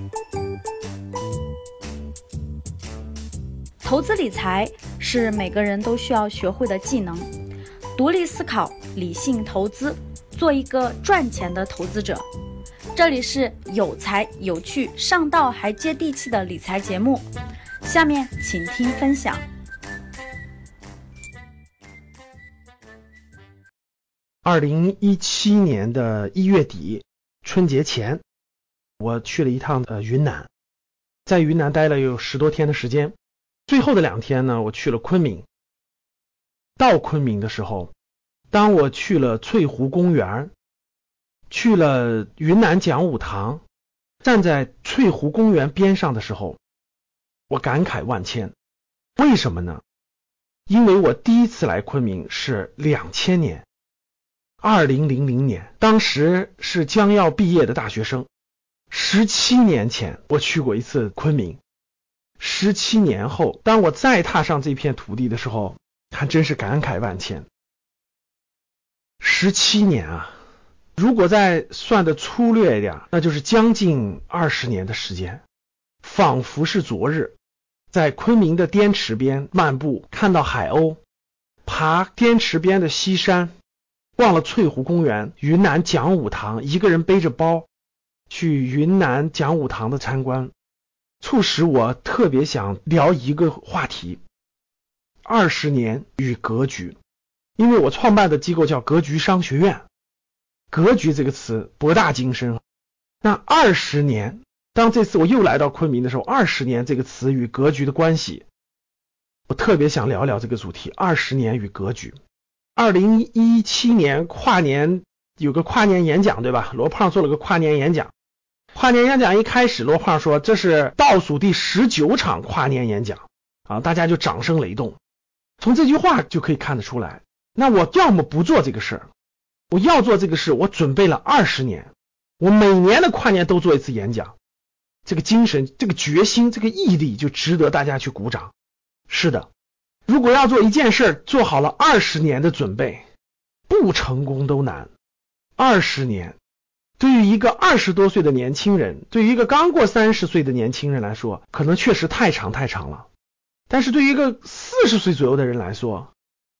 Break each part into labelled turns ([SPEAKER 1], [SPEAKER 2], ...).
[SPEAKER 1] 投资理财是每个人都需要学会的技能，独立思考，理性投资，做一个赚钱的投资者。这里是有才有趣、上道还接地气的理财节目，下面请听分享。
[SPEAKER 2] 2017年的1月底，春节前，我去了一趟云南，在云南待了有10多天的时间。最后的2天呢，我去了昆明。到昆明的时候，当我去了翠湖公园，去了云南讲武堂，站在翠湖公园边上的时候，我感慨万千。为什么呢？因为我第一次来昆明是2000年，2000年，当时是将要毕业的大学生。17年前我去过一次昆明，17年后，当我再踏上这片土地的时候，还真是感慨万千。17年啊，如果再算得粗略一点，那就是将近20年的时间，仿佛是昨日。在昆明的滇池边漫步，看到海鸥，爬滇池边的西山，逛了翠湖公园，云南讲武堂，一个人背着包去云南讲武堂的参观，促使我特别想聊一个话题：20年与格局。因为我创办的机构叫格局商学院，格局这个词博大精深。那20年，当这次我又来到昆明的时候，20年这个词与格局的关系，我特别想聊聊这个主题：20年与格局。2017年跨年有个跨年演讲，对吧？罗胖做了个跨年演讲。跨年演讲一开始，罗胖说这是倒数第19场跨年演讲啊，大家就掌声雷动。从这句话就可以看得出来，那我要么不做这个事，我要做这个事，我准备了20年，我每年的跨年都做一次演讲。这个精神，这个决心，这个毅力就值得大家去鼓掌。是的，如果要做一件事，做好了20年的准备，不成功都难。20年对于一个20多岁的年轻人，对于一个刚过30岁的年轻人来说，可能确实太长了。但是对于一个40岁左右的人来说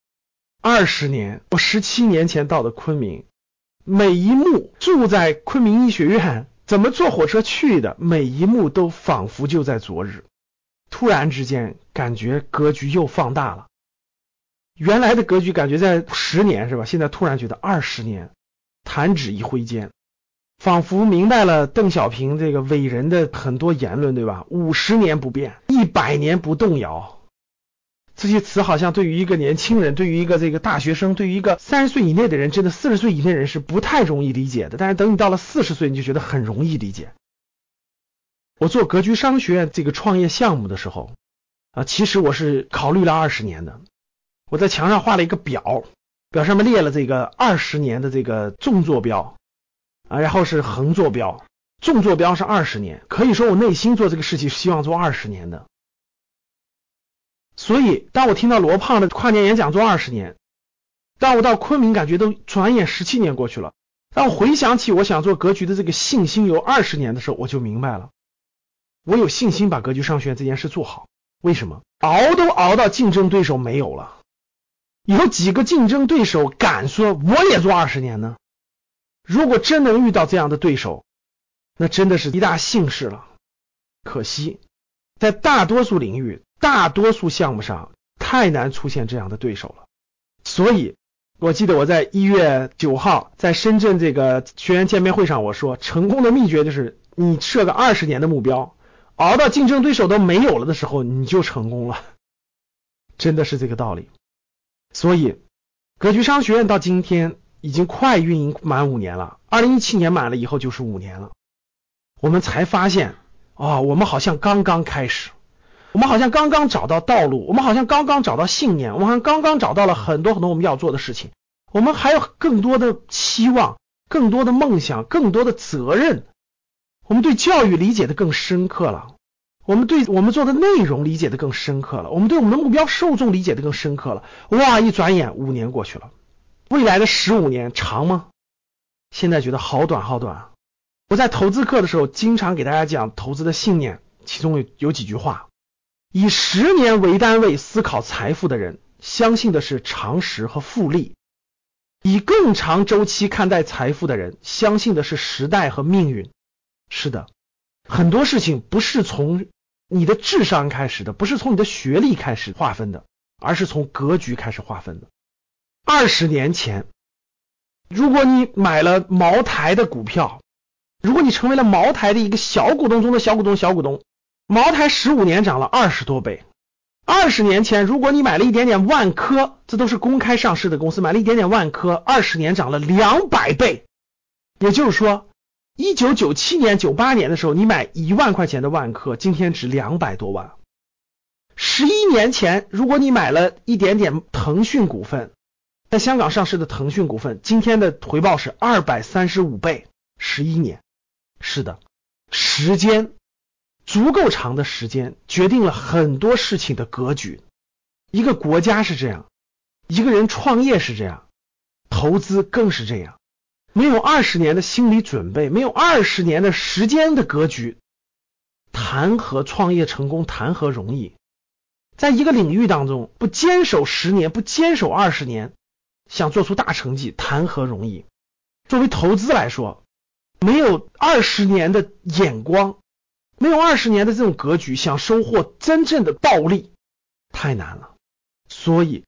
[SPEAKER 2] ，20年，我17年前到的昆明，每一幕住在昆明医学院，怎么坐火车去的，每一幕都仿佛就在昨日。突然之间感觉格局又放大了，原来的格局感觉在10年是吧？现在突然觉得20年，弹指一挥间，仿佛明白了邓小平这个伟人的很多言论，对吧？50年不变，100年不动摇。这些词好像对于一个年轻人，对于一个这个大学生，对于一个30岁以内的人，真的40岁以内的人是不太容易理解的。但是等你到了40岁，你就觉得很容易理解。我做格局商学院这个创业项目的时候其实我是考虑了20年的。我在墙上画了一个表，表上面列了这个20年的这个纵坐标然后是横坐标。纵坐标是20年，可以说我内心做这个事情希望做20年的。所以当我听到罗胖的跨年演讲做20年，当我到昆明感觉都转眼17年过去了，当我回想起我想做格局的这个信心有20年的时候，我就明白了，我有信心把格局商学院这件事做好。为什么？熬都熬到竞争对手没有了，有几个竞争对手敢说我也做20年呢？如果真能遇到这样的对手，那真的是一大幸事了。可惜在大多数领域，大多数项目上太难出现这样的对手了。所以我记得我在1月9号在深圳这个学员见面会上，我说成功的秘诀就是你设个20年的目标，熬到竞争对手都没有了的时候，你就成功了。真的是这个道理。所以格局商学院到今天已经快运营满5年了，2017年满了以后就是5年了。我们才发现我们好像刚刚开始，我们好像刚刚找到道路，我们好像刚刚找到信念，我们好像刚刚找到了很多我们要做的事情，我们还有更多的期望，更多的梦想，更多的责任。我们对教育理解的更深刻了，我们对我们做的内容理解的更深刻了，我们对我们的目标受众理解的更深刻了。哇，一转眼5年过去了，未来的15年长吗？现在觉得好短好短我在投资课的时候经常给大家讲投资的信念，其中有几句话：以10年为单位思考财富的人，相信的是常识和复利；以更长周期看待财富的人，相信的是时代和命运。是的，很多事情不是从你的智商开始的，不是从你的学历开始划分的，而是从格局开始划分的。20年前，如果你买了茅台的股票，如果你成为了茅台的一个小股东中的小股东，茅台15年涨了20多倍。20年前，如果你买了一点点万科，这都是公开上市的公司，买了一点点万科，20年涨了200倍。也就是说1997年、98年的时候，你买1万块钱的万科，今天值200多万。11年前，如果你买了一点点腾讯股份，在香港上市的腾讯股份，今天的回报是235倍。11年。是的，时间，足够长的时间决定了很多事情的格局。一个国家是这样，一个人创业是这样，投资更是这样。没有20年的心理准备，没有20年的时间的格局，谈何创业成功，谈何容易。在一个领域当中，不坚守10年，不坚守20年，想做出大成绩，谈何容易。作为投资来说，没有20年的眼光，没有20年的这种格局，想收获真正的暴利，太难了。所以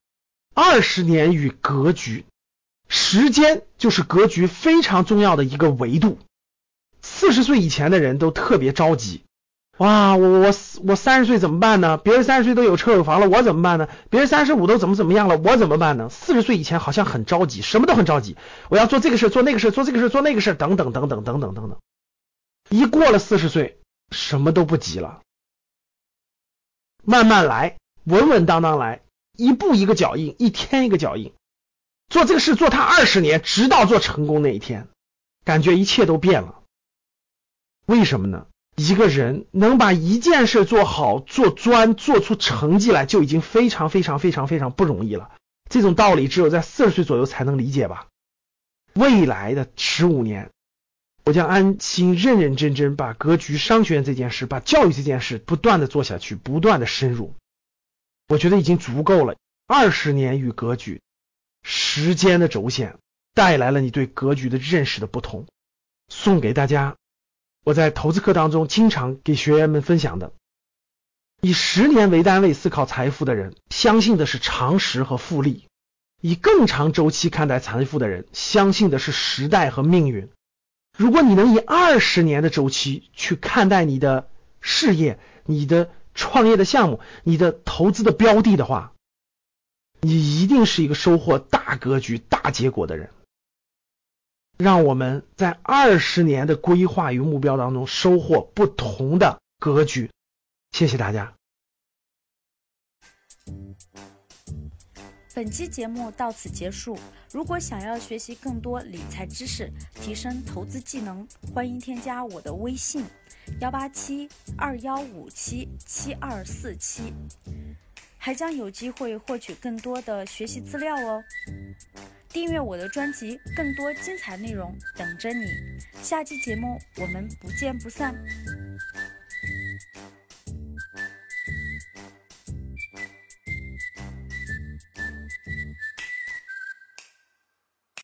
[SPEAKER 2] 20年与格局，时间就是格局非常重要的一个维度。40岁以前的人都特别着急，哇，我30岁怎么办呢？别人30岁都有车有房了，我怎么办呢？别人35都怎么样了，我怎么办呢？40岁以前好像很着急，什么都很着急，我要做这个事，做那个事，做这个事，做那个事，等等。一过了40岁，什么都不急了，慢慢来，稳稳当当来，一步一个脚印，一天一个脚印，做这个事做它20年，直到做成功那一天，感觉一切都变了。为什么呢？一个人能把一件事做好做专，做出成绩来，就已经非常不容易了。这种道理只有在40岁左右才能理解吧。未来的15年，我将安心认认真真把格局商学院这件事，把教育这件事不断的做下去，不断的深入。我觉得已经足够了。20年与格局，时间的轴线带来了你对格局的认识的不同。送给大家我在投资课当中经常给学员们分享的：以10年为单位思考财富的人，相信的是常识和复利；以更长周期看待财富的人，相信的是时代和命运。如果你能以20年的周期去看待你的事业、你的创业的项目、你的投资的标的的话，你一定是一个收获大格局、大结果的人。让我们在20年的规划与目标当中收获不同的格局。谢谢大家。
[SPEAKER 1] 本期节目到此结束。如果想要学习更多理财知识，提升投资技能，欢迎添加我的微信18721577247，还将有机会获取更多的学习资料哦。订阅我的专辑，更多精彩内容等着你。下期节目我们不见不散。